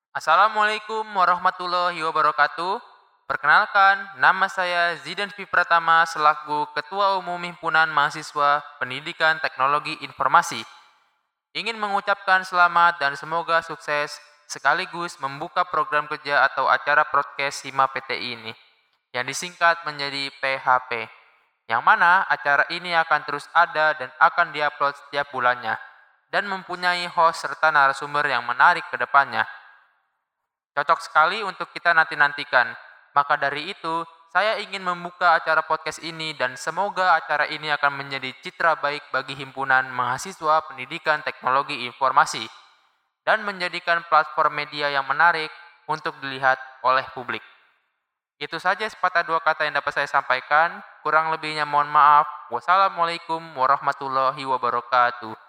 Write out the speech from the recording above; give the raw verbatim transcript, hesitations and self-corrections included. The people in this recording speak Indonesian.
Assalamualaikum warahmatullahi wabarakatuh. Perkenalkan, nama saya Zidan Fi Pratama selaku Ketua Umum Himpunan Mahasiswa Pendidikan Teknologi Informasi. Ingin mengucapkan selamat dan semoga sukses sekaligus membuka program kerja atau acara podcast Hima P T I ini yang disingkat menjadi P H P. Yang mana acara ini akan terus ada dan akan diupload setiap bulannya dan mempunyai host serta narasumber yang menarik ke depannya. Cocok sekali untuk kita nanti-nantikan. Maka dari itu, saya ingin membuka acara podcast ini dan semoga acara ini akan menjadi citra baik bagi Himpunan Mahasiswa Pendidikan Teknologi Informasi dan menjadikan platform media yang menarik untuk dilihat oleh publik. Itu saja sepatah dua kata yang dapat saya sampaikan. Kurang lebihnya mohon maaf. Wassalamualaikum warahmatullahi wabarakatuh.